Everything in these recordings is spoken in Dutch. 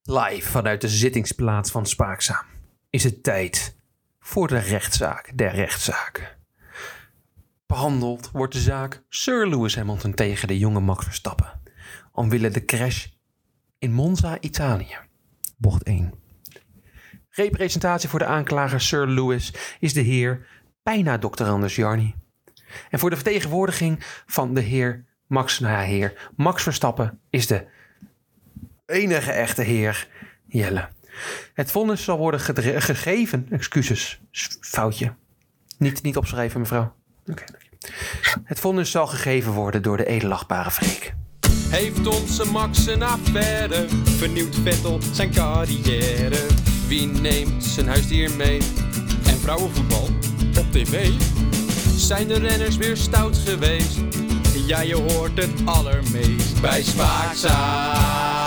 Live vanuit de zittingsplaats van Spaakzaam is het tijd voor de rechtszaak der rechtszaken. Behandeld wordt de zaak Sir Lewis Hamilton tegen de jonge Max Verstappen. Omwille de crash in Monza, Italië. Bocht 1. Representatie voor de aanklager Sir Lewis is de heer bijna Dr. Anders Jarny. En voor de vertegenwoordiging van de heer Max Verstappen is de enige echte heer Jelle. Het vonnis zal worden gegeven. Excuses, foutje. Niet opschrijven, mevrouw. Okay. Het vonnis zal gegeven worden door de edelachtbare Freek. Heeft onze Max een affaire? Vernieuwt Vettel zijn carrière? Wie neemt zijn huisdier mee? En vrouwenvoetbal op tv? Zijn de renners weer stout geweest? Ja, je hoort het allermeest bij Spaakzaam.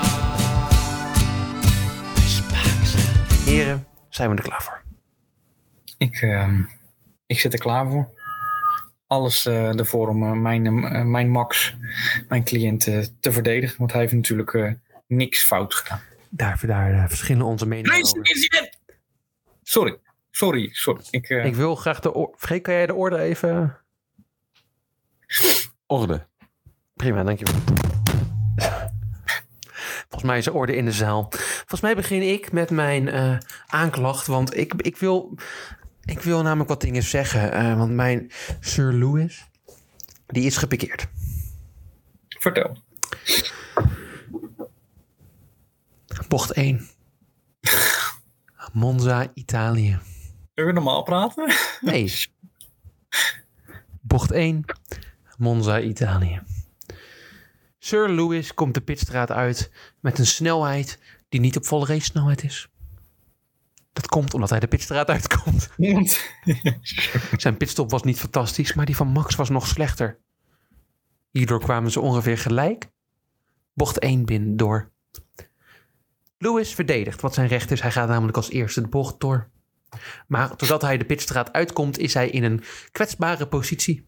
Heren, zijn we er klaar voor? Ik zit er klaar voor. Alles ervoor om mijn Max, mijn cliënt, te verdedigen. Want hij heeft natuurlijk niks fout gedaan. Daar verschillen onze meningen over. Sorry. Ik wil graag Freek, kan jij de orde even... Orde. Prima, dankjewel. Volgens mij is er orde in de zaal. Volgens mij begin ik met mijn aanklacht. Want ik wil namelijk wat dingen zeggen. Want mijn Sir Lewis, die is gepikeerd. Vertel. Bocht 1. Monza, Italië. Kunnen we normaal praten? Nee. Bocht 1. Monza, Italië. Sir Lewis komt de pitstraat uit met een snelheid die niet op volle race snelheid is. Dat komt omdat hij de pitstraat uitkomt. Zijn pitstop was niet fantastisch, maar die van Max was nog slechter. Hierdoor kwamen ze ongeveer gelijk. Bocht 1 binnen door. Lewis verdedigt wat zijn recht is. Hij gaat namelijk als eerste de bocht door. Maar doordat hij de pitstraat uitkomt, is hij in een kwetsbare positie.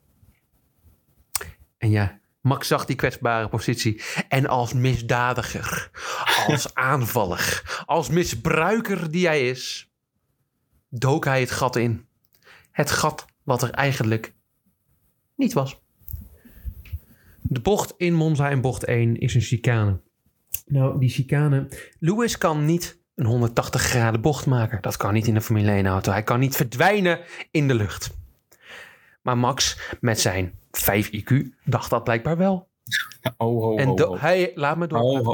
En ja, Max zag die kwetsbare positie. En als misdadiger, als aanvaller, als misbruiker die hij is, dook hij het gat in. Het gat wat er eigenlijk niet was. De bocht in Monza in bocht 1 is een chicane. Nou, die chicane... Lewis kan niet een 180 graden bocht maken. Dat kan niet in een Formule 1 auto. Hij kan niet verdwijnen in de lucht. Maar Max met zijn 5 IQ dacht dat blijkbaar wel. Hij laat me door.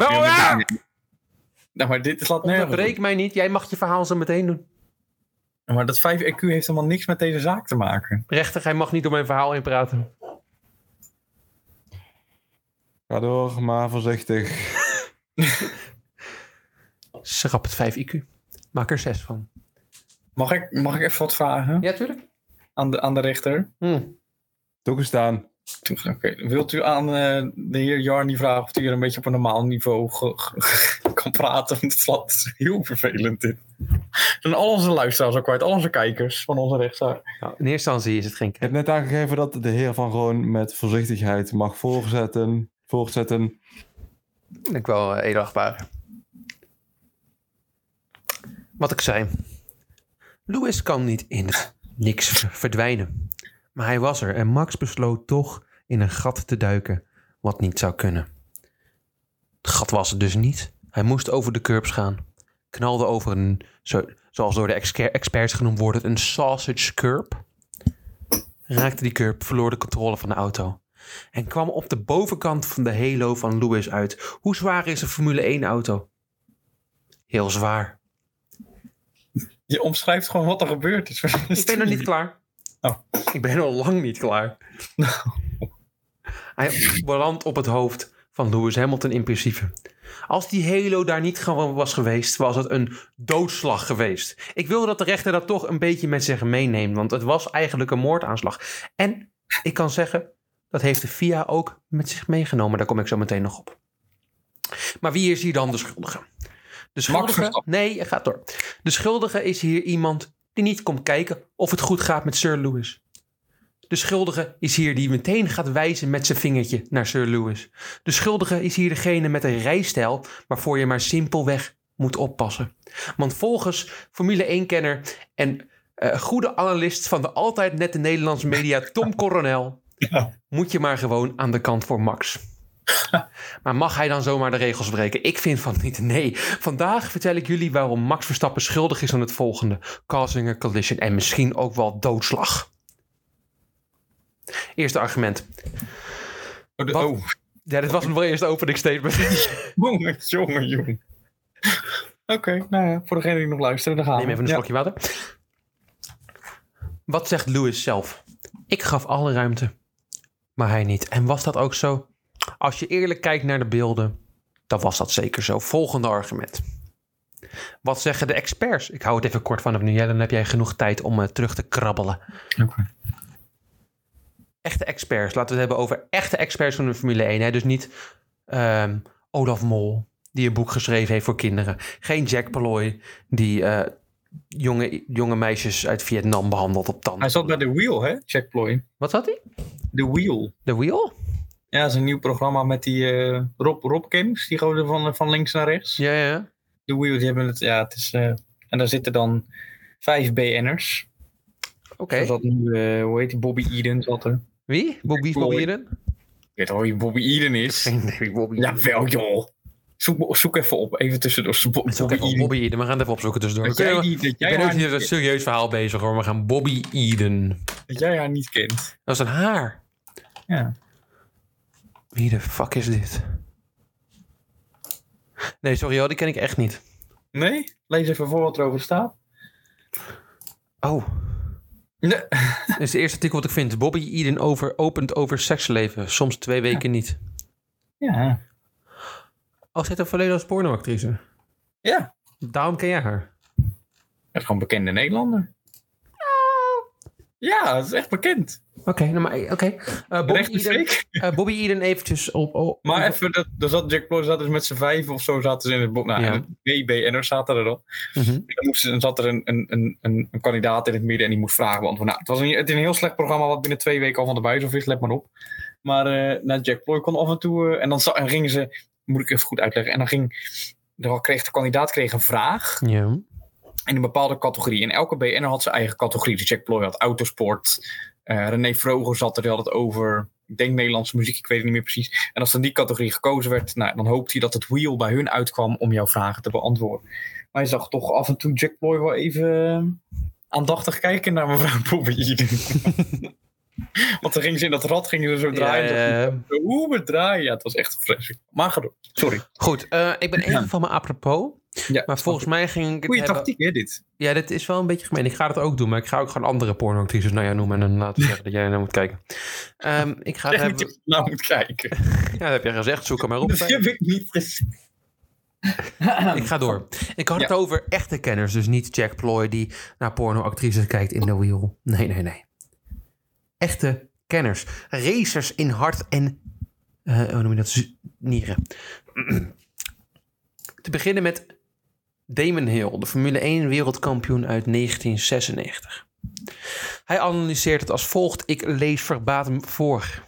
Maar dit slaat nergens. Onderbreek mij niet. Jij mag je verhaal zo meteen doen. Maar dat 5 IQ heeft helemaal niks met deze zaak te maken. Rechter, hij mag niet door mijn verhaal heen praten. Ga door, maar voorzichtig. Schrap het 5 IQ. Maak er 6 van. Mag ik even wat vragen? Ja, tuurlijk. Aan de rechter? Toegestaan. Okay. Wilt u aan de heer Jarny vragen of hij er een beetje op een normaal niveau kan praten? Want het is heel vervelend dit. En al onze luisteraars ook kwijt, al onze kijkers van onze rechtszaak. Nou, in eerste instantie is het geen... Ik heb net aangegeven dat de heer Van Roon met voorzichtigheid mag voortzetten. Ik wel edelachtbaar. Wat ik zei. Lewis kan niet in niks verdwijnen. Maar hij was er en Max besloot toch in een gat te duiken wat niet zou kunnen. Het gat was het dus niet. Hij moest over de curbs gaan. Knalde over een, zoals door de experts genoemd wordt, een sausage curb. Raakte die curb, verloor de controle van de auto. En kwam op de bovenkant van de halo van Lewis uit. Hoe zwaar is een Formule 1 auto? Heel zwaar. Je omschrijft gewoon wat er gebeurd is. Ik ben nog niet klaar. Oh. Ik ben al lang niet klaar. Hij belandt op het hoofd van Lewis Hamilton in principe. Als die halo daar niet gewoon was geweest, was het een doodslag geweest. Ik wil dat de rechter dat toch een beetje met zich meeneemt, want het was eigenlijk een moordaanslag. En ik kan zeggen, dat heeft de FIA ook met zich meegenomen. Daar kom ik zo meteen nog op. Maar wie is hier dan de schuldige? De schuldige... Nee, gaat door. De schuldige is hier iemand die niet komt kijken of het goed gaat met Sir Lewis. De schuldige is hier die meteen gaat wijzen met zijn vingertje naar Sir Lewis. De schuldige is hier degene met een rijstijl waarvoor je maar simpelweg moet oppassen. Want volgens Formule 1-kenner en goede analist van de altijd nette Nederlandse media Tom Coronel moet je maar gewoon aan de kant voor Max. Maar mag hij dan zomaar de regels breken? Ik vind van niet. Nee. Vandaag vertel ik jullie waarom Max Verstappen schuldig is aan het volgende: causing a collision en misschien ook wel doodslag. Eerste argument. Ja, dit was mijn eerste opening statement. Jongen. Oké, nou ja, voor degene die nog luisteren, dan gaan we. Neem even een slokje water. Wat zegt Lewis zelf? Ik gaf alle ruimte, maar hij niet. En was dat ook zo? Als je eerlijk kijkt naar de beelden, dan was dat zeker zo. Volgende argument. Wat zeggen de experts? Ik hou het even kort vanaf nu. Ja, dan heb jij genoeg tijd om terug te krabbelen. Oké. Echte experts. Laten we het hebben over echte experts van de Formule 1. Hè? Dus niet Olaf Mol, die een boek geschreven heeft voor kinderen. Geen Jack Palloy, die jonge meisjes uit Vietnam behandelt op tanden. Hij zat bij The Wheel, hè, Jack Ploy. Wat zat hij? The Wheel. The Wheel? Ja, dat is een nieuw programma met die Rob Kemps. Die gooide van links naar rechts. Ja. The Wheel, die hebben het... Ja, het is... en daar zitten dan 5 BN'ers. Oké. Zoals dat nu... hoe heet die? Bobby Eden zat er. Wie? Bobby Eden? Ik weet al wie Bobby Eden is. Geen idee, Bobby Eden. Jawel, joh. Zoek even op. Even tussendoor. Bobby Eden. We gaan het even opzoeken tussendoor. Ik ben ook niet met een serieus verhaal bezig hoor. We gaan Bobby Eden. Dat jij haar niet kent. Dat is een haar. Ja. Wie de fuck is dit? Nee, sorry hoor. Die ken ik echt niet. Nee? Lees even voor wat erover staat. Oh. Nee. Dit is het eerste artikel wat ik vind. Bobby Eden opent over seksleven. Soms 2 weken niet. Ja. Oh, zit een volledig als pornoactrice. Ja. Daarom ken jij haar. Dat is gewoon een bekende Nederlander. Ja, dat is echt bekend. Oké. Bobby Eden eventjes op... Maar even, daar zat Jack Ploy zat dus met z'n 5 of zo zaten ze in het boek. Nou, Ja. 2 BN'ers zaten er dan. Mhm. Dan zat er een kandidaat in het midden en die moest vragen beantwoorden. Nou, het is een heel slecht programma wat binnen 2 weken al van de buis af is, let maar op. Maar Jack Ploy kon af en toe... en gingen ze... Moet ik even goed uitleggen. En dan kreeg de kandidaat een vraag... Ja. In een bepaalde categorie. En elke BN'er had zijn eigen categorie. Dus Jack Ploy had autosport. René Vroger zat er, die had het over... Ik denk Nederlandse muziek, ik weet het niet meer precies. En als dan die categorie gekozen werd... Nou, dan hoopte hij dat het wheel bij hun uitkwam... om jouw vragen te beantwoorden. Maar je zag toch af en toe Jack Ploy wel even... aandachtig kijken naar mevrouw Bobby Eden. Want dan gingen ze in dat rad zo draaien. Hoe draaien? Ja, het was echt vreselijk. Maar ga door. Sorry. Goed, ik ben even van me apropos... Ja, maar volgens mij ging ik het goeie tactiek, hè, dit? Ja, dit is wel een beetje gemeen. Ik ga het ook doen, maar ik ga ook gewoon andere pornoactrices naar jou noemen... en dan laten zeggen dat jij naar moet kijken. Ik ga het hebben... Nou moet kijken. Ja, dat heb je gezegd. Zoek er maar op. Dat heb ik niet gezien. Ik ga door. Ik had het over echte kenners. Dus niet Jack Ploy die naar pornoactrices kijkt in The Wheel. Nee. Echte kenners. Racers in hart en... hoe noem je dat? Nieren. Te beginnen met... Damon Hill, de Formule 1 wereldkampioen uit 1996. Hij analyseert het als volgt. Ik lees verbatim voor.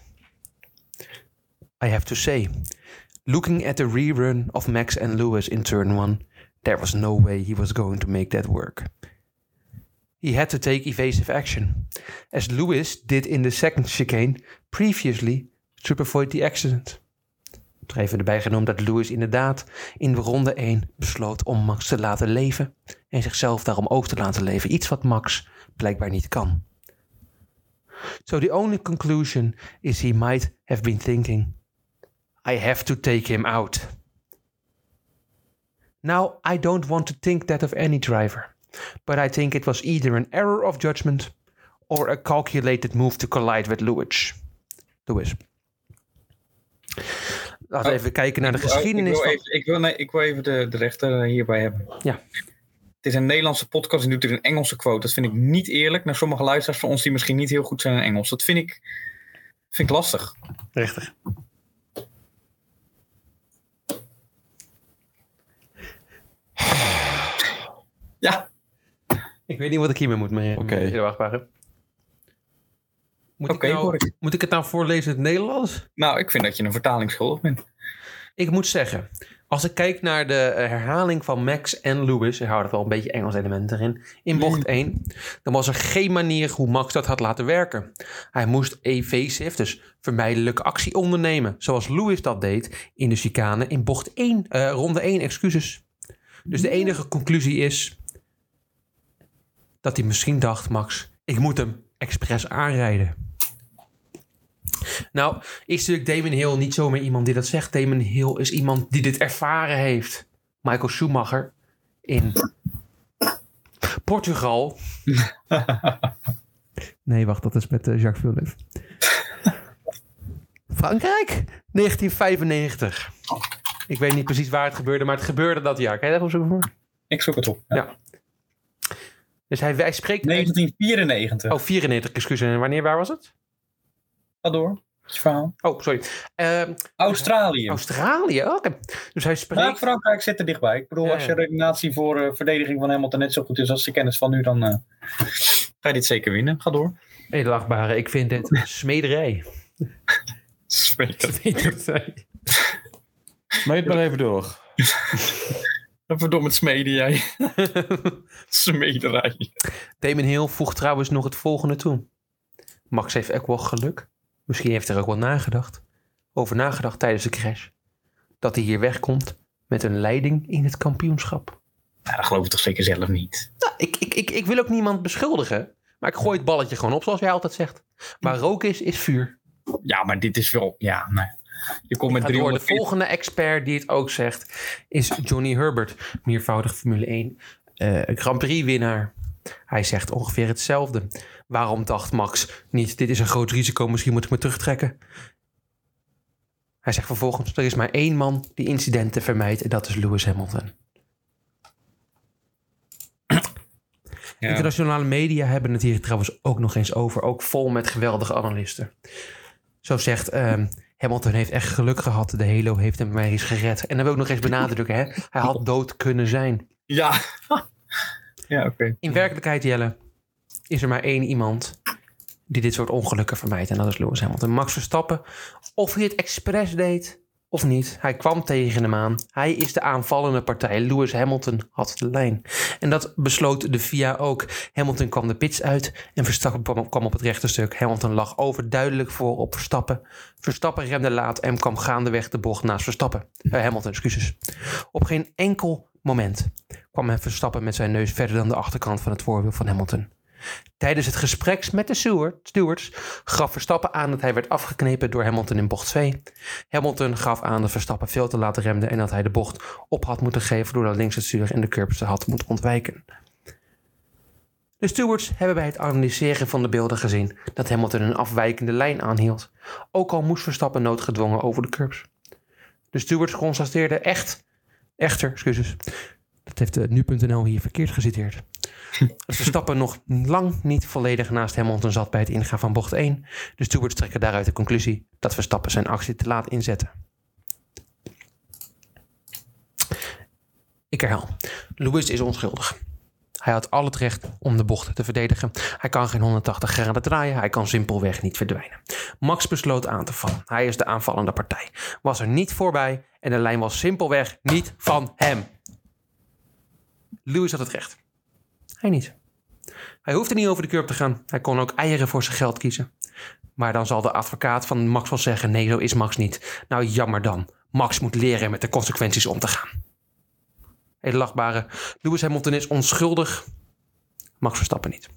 I have to say, looking at the rerun of Max and Lewis in turn 1, there was no way he was going to make that work. He had to take evasive action, as Lewis did in the second chicane previously to avoid the accident. Er even erbij genoemd dat Lewis inderdaad in ronde 1 besloot om Max te laten leven en zichzelf daarom ook te laten leven. Iets wat Max blijkbaar niet kan. So the only conclusion is he might have been thinking, I have to take him out. Now, I don't want to think that of any driver, but I think it was either an error of judgment or a calculated move to collide with Lewis. Laten we even kijken naar de geschiedenis. Ik wil even de rechter hierbij hebben. Ja. Het is een Nederlandse podcast en doet er een Engelse quote. Dat vind ik niet eerlijk naar sommige luisteraars van ons die misschien niet heel goed zijn in Engels. Dat vind ik lastig. Rechter. Ja. Ik weet niet wat ik hiermee moet mee. Oké. Wachtbare. Moet ik het nou voorlezen in het Nederlands? Nou, ik vind dat je een vertaling schuldig bent. Ik moet zeggen, als ik kijk naar de herhaling van Max en Lewis, er houden wel een beetje Engels element erin, in bocht 1, dan was er geen manier hoe Max dat had laten werken. Hij moest evasive, dus vermijdelijke actie ondernemen, zoals Lewis dat deed in de chicane in bocht 1, ronde 1, excuses. Dus de enige conclusie is dat hij misschien dacht, Max, ik moet hem expres aanrijden. Nou, is natuurlijk Damon Hill niet zomaar iemand die dat zegt. Damon Hill is iemand die dit ervaren heeft. Michael Schumacher in Portugal. Nee, wacht, dat is met Jacques Villeneuve. Frankrijk, 1995. Ik weet niet precies waar het gebeurde, maar het gebeurde dat jaar. Kan je daar even zoeken voor? Ik zoek het op. Ja. Dus hij spreekt... 1994. Oh, 94, excuus. En waar was het? Ga door. Je verhaal. Oh, sorry. Australië. Australië, oké. Dus hij spreekt... Nou, Frankrijk zit er dichtbij. Ik bedoel, als je redenatie voor verdediging van Hamilton net zo goed is als de kennis van nu, dan ga je dit zeker winnen. Ga door. Edelachtbare, ik vind dit smederij. Smederij. Meet maar even door. Verdomme het smeden jij. Smederij. Damon Hill voegt trouwens nog het volgende toe. Max heeft ook wel geluk. Misschien heeft hij er ook wel over nagedacht tijdens de crash. Dat hij hier wegkomt met een leiding in het kampioenschap. Nou, dat geloof ik toch zeker zelf niet. Nou, ik wil ook niemand beschuldigen. Maar ik gooi het balletje gewoon op, zoals jij altijd zegt. Waar rook is vuur. Ja, maar dit is wel... Ja, nee. Je komt met 300... De volgende expert die het ook zegt is Johnny Herbert. Meervoudig Formule 1 Grand Prix winnaar. Hij zegt ongeveer hetzelfde. Waarom dacht Max niet, dit is een groot risico, misschien moet ik me terugtrekken? Hij zegt vervolgens, er is maar één man die incidenten vermijdt en dat is Lewis Hamilton. Ja. Internationale media hebben het hier trouwens ook nog eens over, ook vol met geweldige analisten. Zo zegt Hamilton heeft echt geluk gehad, de Halo heeft hem maar eens gered. En dan wil ik nog eens benadrukken, hè? Hij had dood kunnen zijn. Ja, ja, oké. In werkelijkheid, Jelle, is er maar één iemand die dit soort ongelukken vermijdt. En dat is Lewis Hamilton. Max Verstappen, of hij het expres deed of niet. Hij kwam tegen hem aan. Hij is de aanvallende partij. Lewis Hamilton had de lijn. En dat besloot de FIA ook. Hamilton kwam de pits uit en Verstappen kwam op het rechte stuk. Hamilton lag overduidelijk voor op Verstappen. Verstappen remde laat en kwam gaandeweg de bocht naast Verstappen. Hamilton, excuses. Op geen enkel moment kwam Verstappen met zijn neus verder dan de achterkant van het voorwiel van Hamilton. Tijdens het gesprek met de stewards gaf Verstappen aan dat hij werd afgeknepen door Hamilton in bocht 2. Hamilton gaf aan dat Verstappen veel te laat remde en dat hij de bocht op had moeten geven doordat links het stuur en de curbs had moeten ontwijken. De stewards hebben bij het analyseren van de beelden gezien dat Hamilton een afwijkende lijn aanhield, ook al moest Verstappen noodgedwongen over de curbs. De stewards constateerden echter, dat heeft nu.nl hier verkeerd geciteerd. Dat Verstappen nog lang niet volledig naast Hamilton zat bij het ingaan van bocht 1. De stewards trekken daaruit de conclusie dat Verstappen zijn actie te laat inzette. Ik herhaal. Lewis is onschuldig. Hij had al het recht om de bocht te verdedigen. Hij kan geen 180 graden draaien. Hij kan simpelweg niet verdwijnen. Max besloot aan te vallen. Hij is de aanvallende partij. Was er niet voorbij en de lijn was simpelweg niet van hem. Lewis had het recht. Hij niet. Hij hoefde niet over de curb te gaan. Hij kon ook eieren voor zijn geld kiezen. Maar dan zal de advocaat van Max wel zeggen, nee, zo is Max niet. Nou, jammer dan. Max moet leren met de consequenties om te gaan. Edelachtbare, Lewis Hamilton is onschuldig. Max Verstappen niet.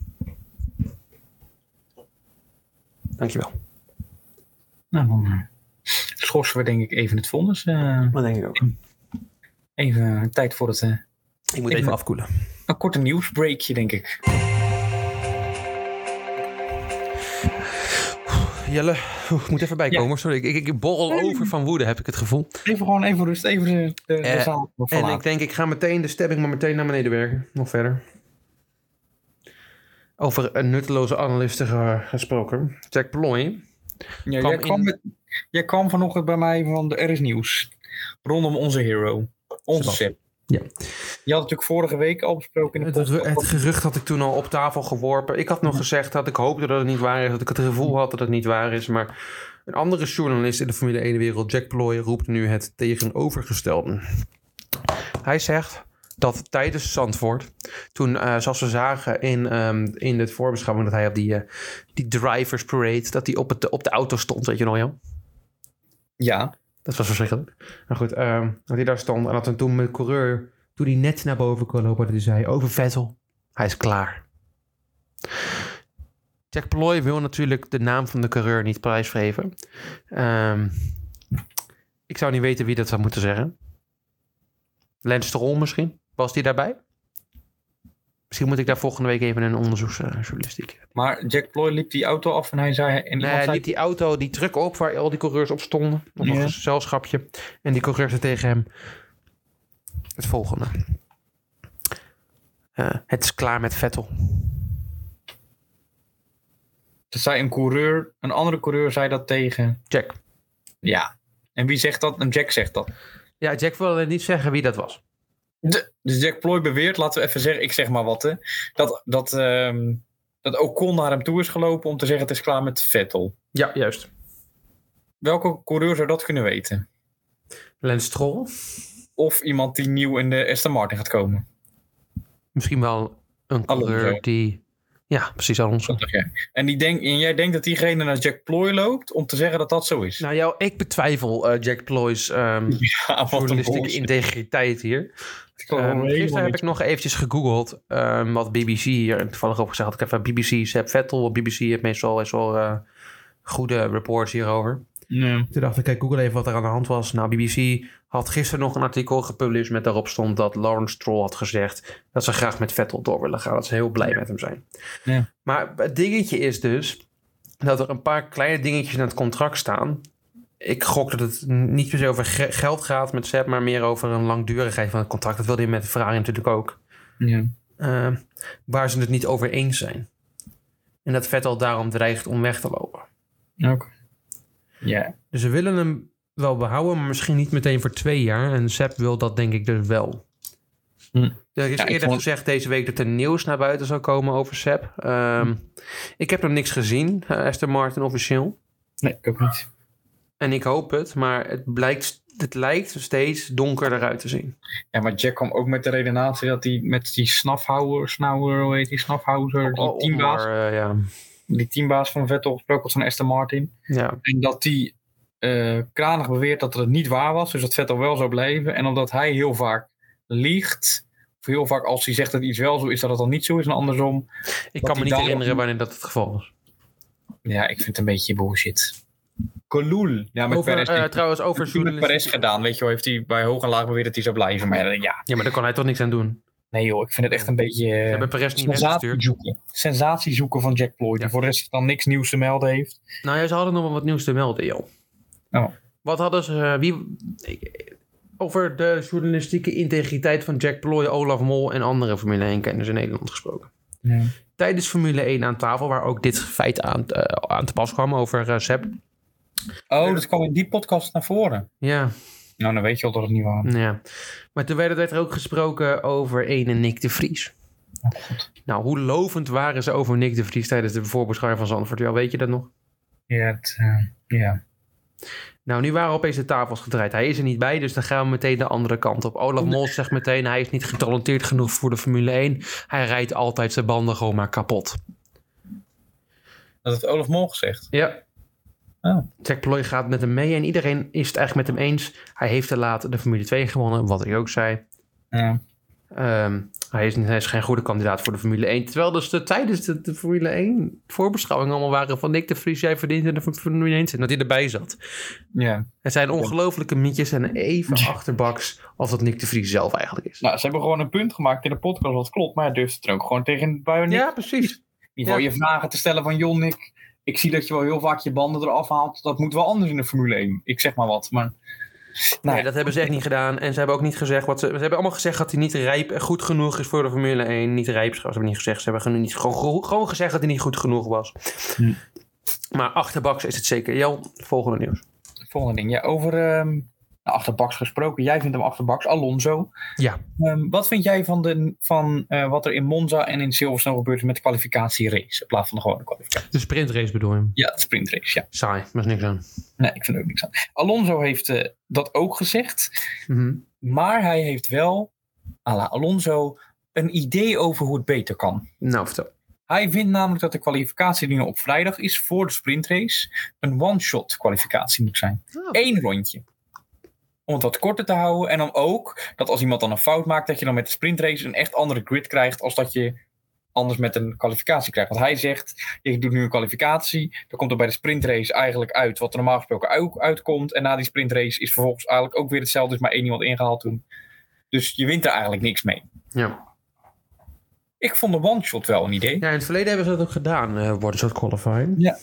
Dankjewel. Nou, dan schorsen we denk ik even het vonnis. Dat denk ik ook. Even tijd voor het... Ik moet even afkoelen. Een korte nieuwsbreakje, denk ik. Jelle, ik moet even bijkomen. Ja. Sorry, ik borrel over van woede, heb ik het gevoel. Even rust, even de zaal verlaten. En ik denk, ik ga meteen de stemming maar meteen naar beneden werken. Nog verder. Over een nutteloze analisten gesproken. Jack Ploy. Ja, jij kwam vanochtend bij mij van de RS Nieuws. Rondom onze hero. Onze Sepp. Ja. Je had natuurlijk vorige week al besproken in de podcast. Het gerucht had ik toen al op tafel geworpen. Ik had nog gezegd dat ik hoopte dat het niet waar is. Dat ik het gevoel had dat het niet waar is. Maar een andere journalist in de Formule 1-wereld, Jack Ploy, roept nu het tegenovergestelde. Hij zegt dat tijdens Zandvoort, toen, zoals we zagen in de voorbeschouwing, dat hij op die drivers parade, dat hij op de auto stond, weet je nog, Jan? Ja. Dat was verschrikkelijk. Maar goed, dat hij daar stond en dat hij toen met de coureur, toen hij net naar boven kon lopen, dat hij zei over Vettel, hij is klaar. Jack Ploy wil natuurlijk de naam van de coureur niet prijsgeven. Ik zou niet weten wie dat zou moeten zeggen. Lance Stroll misschien? Was die daarbij? Misschien moet ik daar volgende week even een onderzoeksjournalistiek. Maar Jack Ploy liep die auto af en hij zei... Hij liep die auto, die truck op waar al die coureurs op stonden. Nog een gezelschapje. En die coureurs zei tegen hem het volgende. Het is klaar met Vettel. Dat zei een andere coureur zei dat tegen... Jack. Ja. En wie zegt dat? En Jack zegt dat. Ja, Jack wilde niet zeggen wie dat was. Dus Jack Ploy beweert, laten we even zeggen, ik zeg maar wat, hè, dat Ocon naar hem toe is gelopen om te zeggen het is klaar met Vettel. Ja, juist. Welke coureur zou dat kunnen weten? Lance Stroll. Of iemand die nieuw in de Aston Martin gaat komen. Misschien wel een coureur die... Ja, precies, Alonso. En jij denkt dat diegene naar Jack Ploy loopt om te zeggen dat dat zo is? Nou, ik betwijfel Jack Ploy's journalistieke integriteit hier. Gisteren heb ik nog eventjes gegoogeld wat BBC hier toevallig op gezegd had. Ik heb van BBC Sepp Vettel. BBC heeft meestal best wel goede reports hierover. Ja. Toen dacht ik, kijk, Google even wat er aan de hand was. Nou, BBC had gisteren nog een artikel gepubliceerd met daarop stond dat Lawrence Stroll had gezegd dat ze graag met Vettel door willen gaan. Dat ze heel blij met hem zijn. Ja. Maar het dingetje is dus dat er een paar kleine dingetjes in het contract staan. Ik gok dat het niet per se over geld gaat met Sepp, maar meer over een langdurigheid van het contract. Dat wilde je met Ferrari natuurlijk ook. Ja. Waar ze het niet over eens zijn. En dat Vettel daarom dreigt om weg te lopen. Oké. Ja. Dus ze willen hem wel behouden, maar misschien niet meteen voor 2 jaar. En Sepp wil dat denk ik dus wel. Er is eerder gezegd deze week dat er nieuws naar buiten zou komen over Sepp. Ik heb nog niks gezien, Aston Martin officieel. Nee, ik ook niet. En ik hoop het, maar het lijkt steeds donkerder uit te zien. Ja, maar Jack kwam ook met de redenatie dat hij met die Snafhauser, die teambaas... Die teambaas van Vettel gesproken had van Aston Martin. Ja. En dat die kranig beweert dat het niet waar was. Dus dat Vettel wel zou blijven. En omdat hij heel vaak liegt. Of heel vaak als hij zegt dat iets wel zo is, dat het dan niet zo is. En andersom. Ik kan me niet herinneren wanneer dat het geval was. Ja, ik vind het een beetje bullshit. Kolul. Ja, met Perez. Trouwens, over journalistiek. Perez gedaan. Weet je wel, heeft hij bij hoog en laag beweerd dat hij zou blijven. Maar ja. Ja, maar daar kan hij toch niks aan doen. Nee joh, ik vind het echt een beetje... Ze hebben Perez niet weggestuurd. Sensatie zoeken van Jack Ploy. Die voor de rest dan niks nieuws te melden heeft. Nou ja, ze hadden nog wel wat nieuws te melden, joh. Oh. Wat hadden ze... over de journalistieke integriteit van Jack Ploy, Olaf Mol en andere Formule 1-kenners in Nederland gesproken. Ja. Tijdens Formule 1 aan tafel, waar ook dit feit aan te pas kwam over Sepp. Oh, dat kwam in die podcast naar voren. Ja. Nou, dan weet je al dat het niet waar is. Ja. Maar toen werd er ook gesproken over ene Nick de Vries. Oh, God. Nou, hoe lovend waren ze over Nick de Vries tijdens de voorbeschouwing van Zandvoort? Ja, weet je dat nog? Ja, ja. Nou, nu waren opeens de tafels gedraaid. Hij is er niet bij, dus dan gaan we meteen de andere kant op. Olaf Mol zegt meteen, hij is niet getalenteerd genoeg voor de Formule 1. Hij rijdt altijd zijn banden gewoon maar kapot. Dat heeft Olaf Mol gezegd? Ja. Oh. Jack Ploy gaat met hem mee en iedereen is het eigenlijk met hem eens. Hij heeft te laat de Formule 2 gewonnen, wat ik ook zei. Ja. Hij is geen goede kandidaat voor de Formule 1. Terwijl dus tijdens de Formule 1 voorbeschouwing allemaal waren van Nick de Vries, jij verdient in de Formule 1 dat hij erbij zat. Ja. Het zijn ongelofelijke mietjes en even achterbaks als dat Nick de Vries zelf eigenlijk is. Nou, ze hebben gewoon een punt gemaakt in de podcast, wat klopt, maar hij durft het er ook gewoon tegen bij Nick. Ja, precies. In ieder geval je vragen te stellen van, joh Nick, ik zie dat je wel heel vaak je banden eraf haalt. Dat moet wel anders in de Formule 1. Ik zeg maar wat, maar... Nee, dat hebben ze echt niet gedaan. En ze hebben ook niet gezegd wat ze hebben allemaal gezegd dat hij niet rijp en goed genoeg is voor de Formule 1. Niet rijp, ze hebben niet gezegd. Ze hebben niet, gewoon gezegd dat hij niet goed genoeg was. Maar achterbaks is het zeker. Jan, volgende nieuws. Volgende ding. Ja, over Achterbaks gesproken. Jij vindt hem achterbaks. Alonso. Ja. Wat vind jij van wat er in Monza en in Silverstone gebeurd is met de kwalificatierace? In plaats van de gewone kwalificatie. De sprintrace bedoel je? Ja, de sprintrace, ja. Saai, daar is niks aan. Nee, ik vind er ook niks aan. Alonso heeft dat ook gezegd. Maar hij heeft wel, à la Alonso, een idee over hoe het beter kan. Nou, vertel. Hij vindt namelijk dat de kwalificatie die nu op vrijdag is voor de sprintrace een one-shot kwalificatie moet zijn. 1 rondje. Om het wat korter te houden. En dan ook dat als iemand dan een fout maakt, dat je dan met de sprintrace een echt andere grid krijgt als dat je anders met een kwalificatie krijgt. Want hij zegt, je doet nu een kwalificatie, dan komt er bij de sprintrace eigenlijk uit wat er normaal gesproken ook uitkomt. En na die sprintrace is vervolgens eigenlijk ook weer hetzelfde, is maar 1 iemand ingehaald toen. Dus je wint er eigenlijk niks mee. Ja. Ik vond de one-shot wel een idee. Ja, in het verleden hebben ze dat ook gedaan, one-shot qualifying. Ja.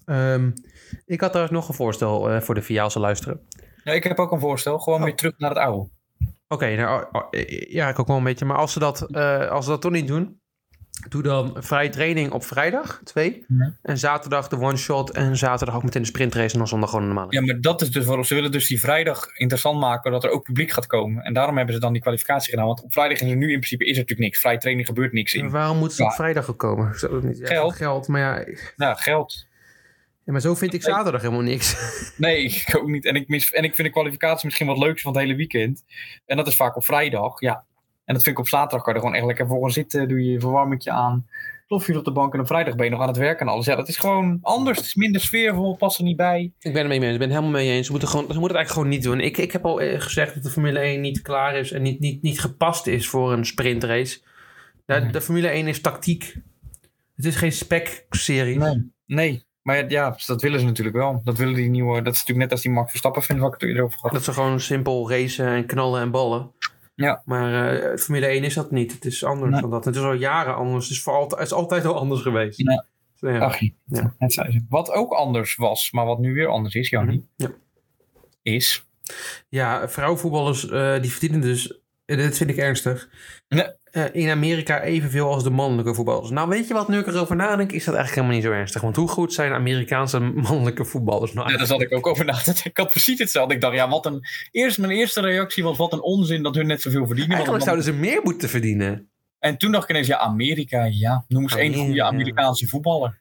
Ik had trouwens nog een voorstel voor de Viaalse luisteren. Ja, ik heb ook een voorstel. Gewoon weer terug naar het oude. Oké, ja, ik ook wel een beetje. Maar als ze dat toch niet doen, doe dan vrije training op vrijdag, 2. Ja. En zaterdag de one-shot en zaterdag ook meteen de sprintrace en dan zondag gewoon een normale. Ja, maar dat is dus waarom ze willen dus die vrijdag interessant maken, dat er ook publiek gaat komen. En daarom hebben ze dan die kwalificatie gedaan. Want op vrijdag is er nu in principe is er natuurlijk niks. Vrije training gebeurt niks in. Maar waarom moeten ze op vrijdag ook komen? Ik zou het niet, geld, maar ja. Nou, geld. Ja, maar zo vind ik zaterdag helemaal niks. Nee, ik ook niet. En ik vind de kwalificatie misschien wat leukste van het hele weekend. En dat is vaak op vrijdag, ja. En dat vind ik op zaterdag, kan je er gewoon echt lekker voor gaan zitten. Doe je je verwarmingje aan. Plofjes op de bank en op vrijdag ben je nog aan het werk en alles. Ja, dat is gewoon anders. Het is minder sfeervol, past er niet bij. Ik ben het mee eens. Ik ben het helemaal mee eens. Ze moeten het eigenlijk gewoon niet doen. Ik heb al gezegd dat de Formule 1 niet klaar is en niet gepast is voor een sprintrace. De Formule 1 is tactiek. Het is geen spec-serie. Nee. Maar ja, dat willen ze natuurlijk wel. Dat willen die nieuwe. Dat is natuurlijk net als die Max Verstappen vindt, wat ik het eerder over gehad. Dat ze gewoon simpel racen en knallen en ballen. Ja. Maar Formule 1 is dat niet. Het is anders dan dat. Het is al jaren anders. Het is altijd al anders geweest. Ja. Ja. Ach, ja. Het zei ze. Wat ook anders was, maar wat nu weer anders is, Jannie, is... Ja, vrouwenvoetballers die verdienen dus... Dit vind ik ernstig. Nee. In Amerika evenveel als de mannelijke voetballers. Nou, weet je wat, nu ik erover nadenk, is dat eigenlijk helemaal niet zo ernstig. Want hoe goed zijn Amerikaanse mannelijke voetballers nou? Ja, daar zat ik ook over na te denken. Ik had precies hetzelfde. Ik dacht, ja, mijn eerste reactie was, wat een onzin dat hun net zoveel verdienen. Eigenlijk zouden ze meer moeten verdienen. En toen dacht ik ineens, ja, Amerika, ja. Noem eens één goede Amerikaanse voetballer.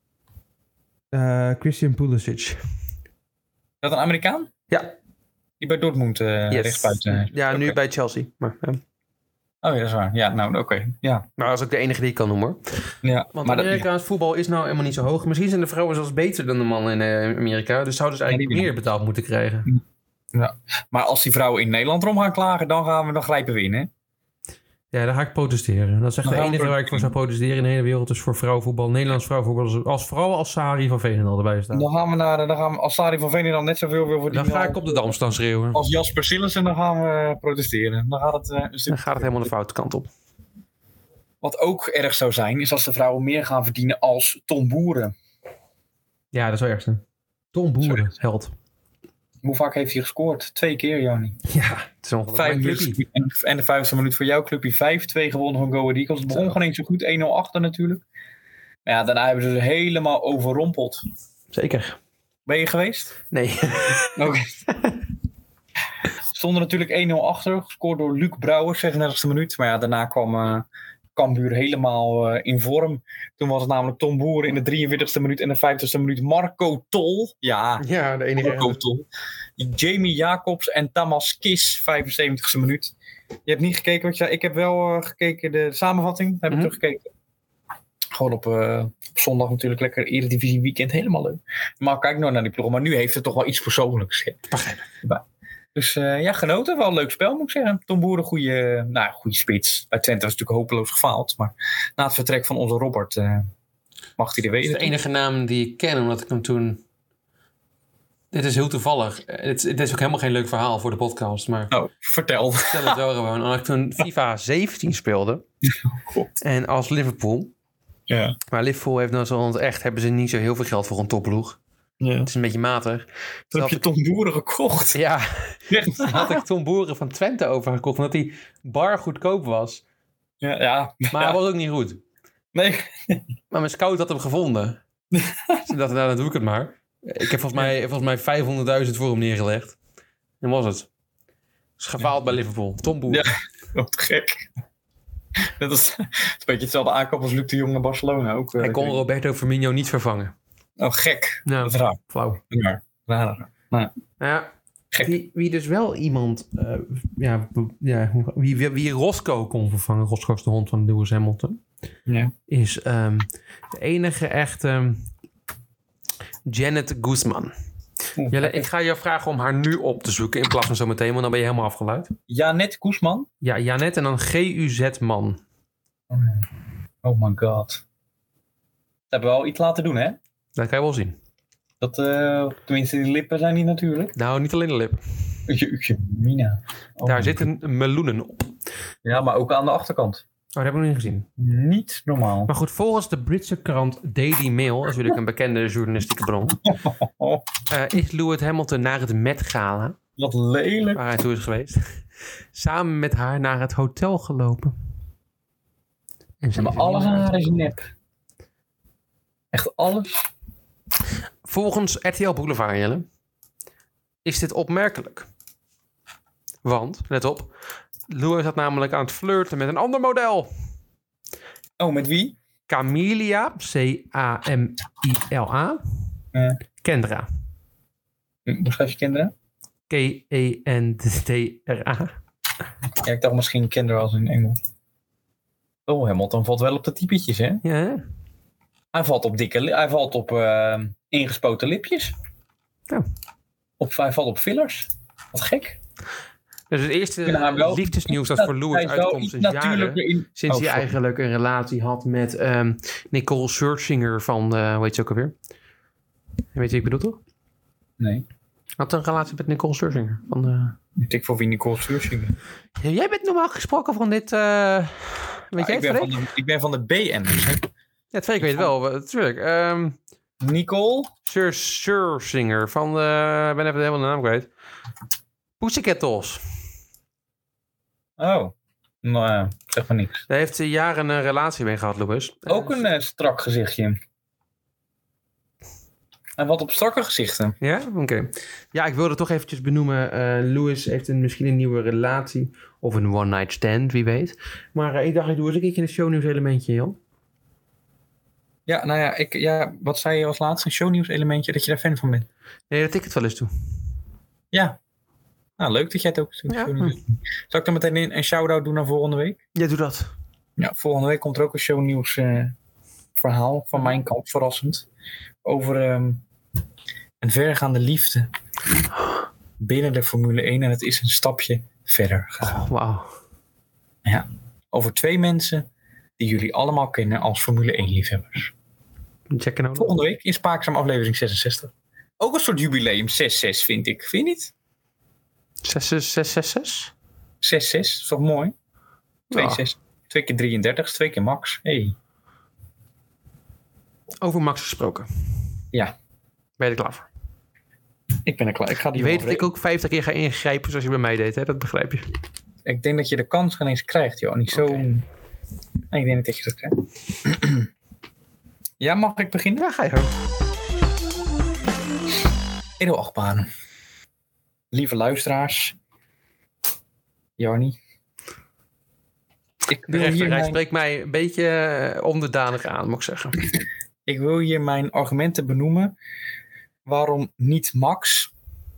Christian Pulisic. Is dat een Amerikaan? Ja. Die bij Dortmund rechtsbuiten. Ja, nu bij Chelsea. Maar, Oh ja, dat is waar. Ja, nou oké. Ja. Nou, dat is ook de enige die ik kan noemen, hoor. Ja, want Amerikaans voetbal is nou helemaal niet zo hoog. Misschien zijn de vrouwen zelfs beter dan de mannen in Amerika. Dus zouden ze eigenlijk meer betaald moeten krijgen. Ja. Maar als die vrouwen in Nederland erom gaan klagen, dan grijpen we in, hè? Ja, daar ga ik protesteren. Dat is echt de enige waar ik voor zou protesteren in de hele wereld. Dus voor vrouwenvoetbal, Nederlands vrouwenvoetbal. Vooral als Sari van Veenendaal erbij staat. Dan gaan we als Sari van Veenendaal net zoveel wil verdienen. Dan ga ik op de Dam staan schreeuwen. Als Jasper Sillissen, dan gaan we protesteren. Dan gaat het helemaal de foute kant op. Wat ook erg zou zijn, is als de vrouwen meer gaan verdienen als Tom Boeren. Ja, dat is wel erg zijn. Tom Boeren, held. Hoe vaak heeft hij gescoord? 2 keer, Jannie. Ja, het is ongelooflijk. En de 5e minuut voor jouw clubje 5-2 gewonnen van Go Ahead Eagles. Het begon gewoon eens zo goed, 1-0 achter natuurlijk. Maar ja, daarna hebben ze helemaal overrompeld. Zeker. Ben je geweest? Nee. Oké. Stonden natuurlijk 1-0 achter, gescoord door Luc Brouwer, 36e minuut. Maar ja, daarna kwam Cambuur helemaal in vorm. Toen was het namelijk Tom Boer in de 43e minuut en de 50e minuut Marco Tol. Ja, de enige. Marco Tol. Jamie Jacobs en Tamas Kis, 75e minuut. Je hebt niet gekeken wat je zei. Ik heb wel gekeken, de samenvatting. Heb ik teruggekeken. Gewoon op zondag natuurlijk lekker Eredivisie weekend. Helemaal leuk. Maar kijk nou naar die ploeg. Maar nu heeft het toch wel iets persoonlijks. Dus genoten. Wel een leuk spel, moet ik zeggen. Tom Boer een goede spits. Bij Twente was natuurlijk hopeloos gefaald. Maar na het vertrek van onze Robert mag hij er weten. Dat is de enige naam die ik ken, omdat ik hem toen... Dit is heel toevallig. Het is ook helemaal geen leuk verhaal voor de podcast. Maar vertel. Vertel het wel gewoon. Omdat ik toen FIFA 17 speelde. En als Liverpool. Ja. Maar Liverpool heeft nou zo echt... hebben ze niet zo heel veel geld voor een topploeg. Ja. Het is een beetje matig. Toen heb je Tom Boeren gekocht. Ja, toen had ik Tom Boeren van Twente overgekocht. Omdat hij bar goedkoop was. Ja. Maar hij was ook niet goed. Nee. Maar mijn scout had hem gevonden. Dus ik dacht, dan doe ik het maar. Ik heb volgens mij 500.000 voor hem neergelegd. En was het. Is gefaald bij Liverpool. Tom Boer. Ja. Wat gek. Dat is een beetje hetzelfde aankoop als Luc de Jong naar Barcelona. Ook, Hij kon Roberto Firmino niet vervangen. Oh, gek. Nou, Dat is raar. flauw. Ja, raar. Ja, Gek. wie dus wel iemand... wie Roscoe kon vervangen. Roscoe is de hond van Lewis Hamilton. Ja. Is de enige echte Janet Guzman. Jelle, ik ga jou vragen om haar nu op te zoeken in plaats van zometeen, want dan ben je helemaal afgeluid. Janet Koesman? Ja, Janet en dan G-U-Z-man. Oh my god. Dat hebben we al iets laten doen, hè? Dat kan je wel zien. Dat, tenminste, die lippen zijn niet natuurlijk. Nou, niet alleen de lip. Jeetje, Mina. Oh Daar my zitten meloenen op. God. Ja, maar ook aan de achterkant. Oh, dat heb ik nog niet gezien. Niet normaal. Maar goed, volgens de Britse krant Daily Mail, dat is natuurlijk een bekende journalistieke bron, is Lewis Hamilton naar het Met Gala, Wat lelijk. waar hij toe is geweest, samen met haar naar het hotel gelopen. En ze Maar is er alles niet aan meer haar is uitgekomen. nep. Echt alles? Volgens RTL Boulevard, Jelle, is dit opmerkelijk. Want, let op, Lewis had namelijk aan het flirten met een ander model. Oh, met wie? Camilla, C-A-M-I-L-A, Kendra, Hoe schrijf je kinderen? K-E-N-D-R-A. Ja, ik dacht misschien kinderen als in Engels. Oh, Hamilton valt wel op de typetjes, hè? Ja, hè? Hij valt op hij valt op ingespoten lipjes. Ja. Hij valt op fillers. Wat gek. Dus het Ik vind haar eerste wel- liefdesnieuws dat voor Hij Lewis is wel uitkomt iets sinds jaren. natuurlijker in... Sinds hij sorry. eigenlijk een relatie had met Nicole Scherzinger van, hoe heet ze ook alweer? Je weet wie ik bedoel toch? Nee. Had een relatie met Nicole Scherzinger. Van, Weet ik voor wie Nicole Scherzinger. Jij bent normaal gesproken van dit, weet jij het, Freek? Ik ben van de BN. Ja, Freek weet het wel, natuurlijk. Nicole? Scherzinger van, ik ben even helemaal de naam kwijt. Pussycat Dolls. Oh. Nou ja, zeg maar niks. Daar heeft ze jaren een relatie mee gehad, Lewis. Ook een strak gezichtje. En wat op strakke gezichten. Ja? Oké. Ja, ik wilde toch eventjes benoemen. Lewis heeft misschien een nieuwe relatie. Of een one-night stand, wie weet. Maar ik dacht, ik doe eens een keertje een shownieuws elementje, joh. Ja, nou ja, wat zei je als laatste? Een shownieuws elementje dat je daar fan van bent. Nee, dat ik het wel eens doe. Ja. Nou, leuk dat jij het ook doet. Ja. Zal ik dan meteen een shout-out doen naar volgende week? Ja, doe dat. Ja, volgende week komt er ook een shownieuws verhaal van mijn kant, verrassend. Over een vergaande liefde binnen de Formule 1. En het is een stapje verder gegaan. Oh, wauw. Ja, over 2 mensen die jullie allemaal kennen als Formule 1 liefhebbers. Checken nou. Volgende week in Spaakzaam aflevering 66. Ook een soort jubileum 6-6 vind ik. Vind je niet? 666? 6-6, is toch mooi? 2-6. Ja. 2 keer 33, 2 keer max. Hey. Over Max gesproken. Ja, Ben je er klaar voor? ik ben er klaar. Ik ga die Je wel weet dat ik ook 50 keer ga ingrijpen zoals je bij mij deed, hè? Dat begrijp je. Ik denk dat je de kans geen eens krijgt, joh. Niet zo... Oké. Nee, ik denk niet dat je dat krijgt. Ja, mag ik beginnen? Ja, ga je gang. Edelachtbaan. Lieve luisteraars. Jarnie. Ik De wil, rechterrij hier mijn, spreekt mij een beetje onderdanig aan, moet ik zeggen. ik wil hier mijn argumenten benoemen waarom niet Max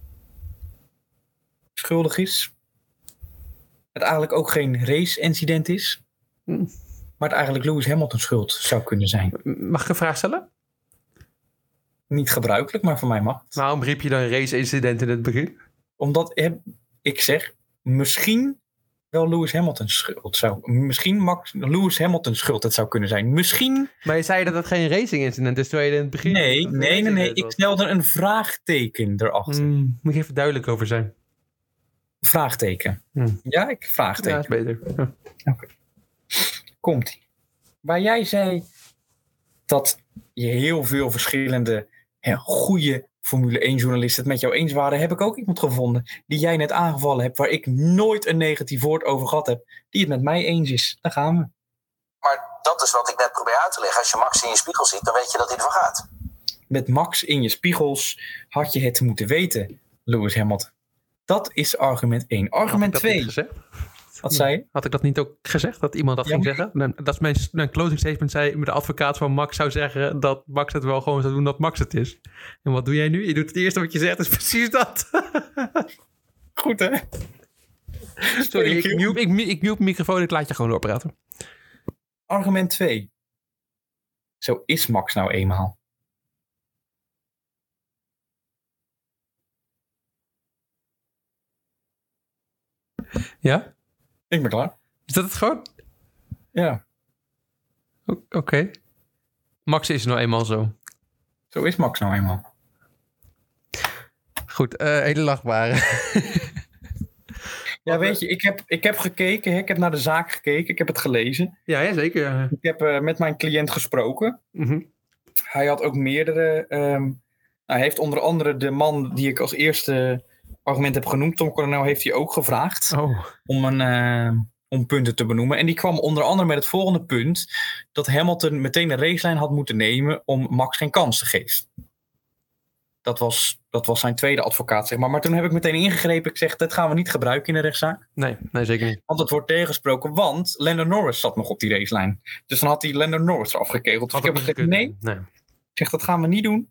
schuldig is. Het eigenlijk ook geen race-incident is. Hm. Maar het eigenlijk Lewis Hamilton schuld zou kunnen zijn. Mag ik een vraag stellen? Niet gebruikelijk, maar voor mij mag het. Waarom riep je dan race-incident in het begin? Omdat ik zeg, misschien wel Lewis Hamilton schuld zou. Misschien Lewis Hamilton schuld het zou kunnen zijn. Misschien. Maar je zei dat het geen racing-incident is, terwijl je in het begin... Nee. Ik stelde een vraagteken erachter. Moet je even duidelijk over zijn. Vraagteken. Ja, ik Ja, vraagteken. is beter. Ja. Komt-ie. Waar jij zei dat je heel veel verschillende goede Formule 1 journalisten het met jou eens waren, heb ik ook iemand gevonden die jij net aangevallen hebt, waar ik nooit een negatief woord over gehad heb, die het met mij eens is. Daar gaan we. Maar dat is wat ik net probeer uit te leggen. Als je Max in je spiegel ziet, dan weet je dat hij ervan gaat. Met Max in je spiegels had je het moeten weten, Lewis Hamilton. Dat is argument 1. Argument 2. Wat zei je? Had ik dat niet ook gezegd? Dat iemand dat ging zeggen? Dat is mijn closing statement zei... de advocaat van Max zou zeggen... dat Max het wel gewoon zou doen dat Max het is. En wat doe jij nu? Je doet het eerste wat je zegt. is precies dat. Goed, hè? Sorry, ik mute microfoon. Ik laat je gewoon doorpraten. Argument 2. Zo is Max nou eenmaal. Ja? Ik ben klaar. Is dat het gewoon? Ja. Oké. Max is nou eenmaal zo. Zo is Max nou eenmaal. Goed, hele lachbare. Ja, weet je, ik heb gekeken. Ik heb naar de zaak gekeken. Ik heb het gelezen. Ja, zeker. Ik heb met mijn cliënt gesproken. Mm-hmm. Hij had ook meerdere... hij heeft onder andere de man die ik als eerste argument heb genoemd, Tom Coronel, heeft hij ook gevraagd om punten te benoemen. En die kwam onder andere met het volgende punt, dat Hamilton meteen een racelijn had moeten nemen om Max geen kans te geven. Dat was zijn tweede advocaat, zeg maar. Maar toen heb ik meteen ingegrepen. Ik zeg, dat gaan we niet gebruiken in de rechtszaak. Nee, zeker niet. Want het wordt tegensproken, want Lando Norris zat nog op die racelijn. Dus dan had hij Lando Norris eraf gekegeld. Dus ik heb gezegd, nee. Ik zeg, dat gaan we niet doen.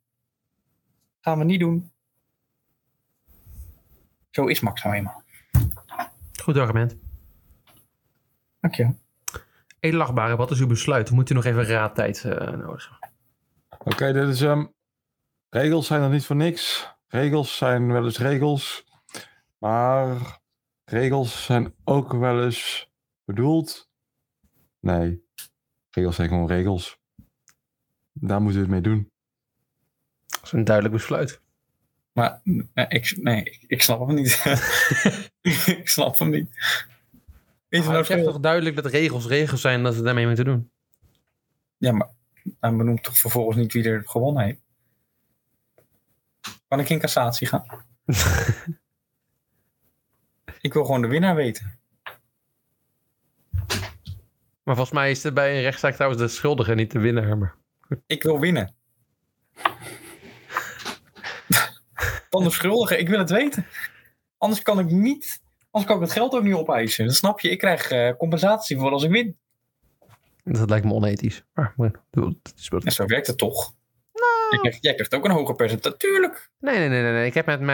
Zo is Max nou eenmaal. Goed argument. Dank je. Edelachtbare, wat is uw besluit? We moeten nog even raadtijd nodig hebben. Oké, dit is regels zijn er niet voor niks. Regels zijn wel eens regels. Maar regels zijn ook wel eens bedoeld. Nee, regels zijn gewoon regels. Daar moeten we het mee doen. Dat is een duidelijk besluit. Maar ik snap hem niet. Ik snap hem niet. Is het zegt toch duidelijk dat regels zijn en dat ze daarmee moeten doen? Ja, maar hij benoemt toch vervolgens niet wie er gewonnen heeft? Kan ik in cassatie gaan? Ik wil gewoon de winnaar weten. Maar volgens mij is het bij een rechtszaak trouwens de schuldige, niet de winnaar. Maar... Ik wil winnen. Van de schuldige, ik wil het weten. Anders kan ik het geld ook niet opeisen. Dat snap je, ik krijg compensatie voor als ik win. Dat lijkt me onethisch. En zo werkt het toch? Nou. Jij krijgt ook een hoger percentage, tuurlijk. Nee. Ik heb met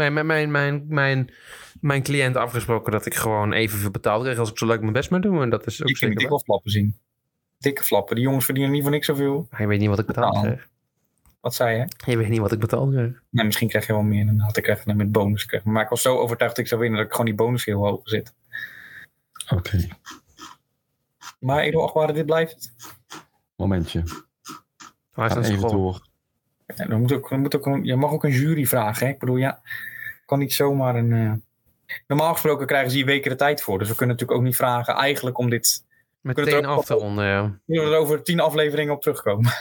mijn cliënt afgesproken dat ik gewoon evenveel betaald krijg als ik zo leuk mijn best moet doen. En dat is ook ik vind dikke flappen zien. Dikke flappen. Die jongens verdienen niet voor niks zoveel. Je weet niet wat ik betaald krijg. Wat zei je? Je weet niet wat ik betaald krijg. Nee, misschien krijg je wel meer inderdaad. Ik krijg het met bonus. Maar ik was zo overtuigd dat ik zou winnen dat ik gewoon die bonus heel hoog zet. Oké. Maar edelachtbare, dit blijft het. Momentje. Waar is dat even door. Ja, je mag ook een jury vragen. Hè? Ik bedoel, ja, kan niet zomaar een... Normaal gesproken krijgen ze hier weken de tijd voor. Dus we kunnen natuurlijk ook niet vragen eigenlijk om dit... Meteen af te ronden, ja. We kunnen er over 10 afleveringen op terugkomen.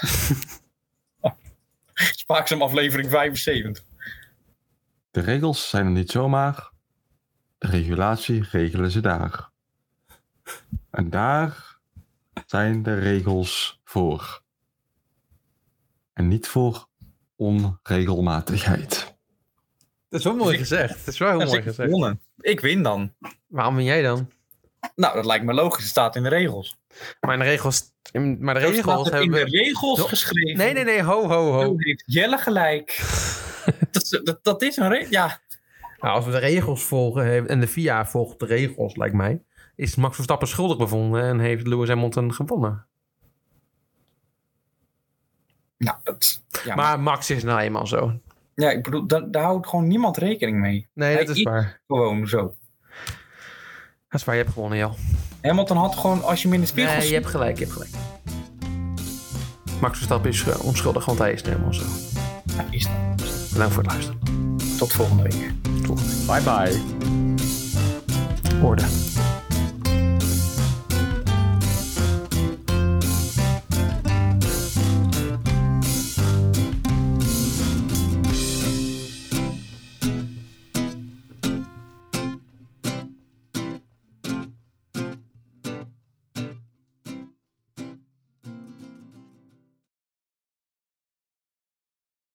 Spaakzaam aflevering 75. De regels zijn er niet zomaar. De regulatie regelen ze daar. En daar zijn de regels voor. En niet voor onregelmatigheid. Dat is wel mooi gezegd. Dat is wel heel mooi gezegd. Gewonnen. Ik win dan. Waarom win jij dan? Nou, dat lijkt me logisch. Het staat in de regels. Maar de regels hebben in de regels geschreven. Nee. Ho. Zo heeft Jelle gelijk. dat is een regel. Ja. Nou, als we de regels volgen en de FIA volgt de regels, lijkt mij, is Max Verstappen schuldig bevonden en heeft Lewis Hamilton gewonnen. Nou, maar Max is nou eenmaal zo. Ja, ik bedoel, daar houdt gewoon niemand rekening mee. Nee, dat is waar. Gewoon zo. Dat is waar, je hebt gewonnen, Jel. Hamilton had gewoon, als je hem in de spiegel ziet... je hebt gelijk. Max Verstappen is onschuldig, want hij is helemaal zo. Ja, is dat. Bedankt voor het luisteren. Tot volgende week. Bye bye. Orde.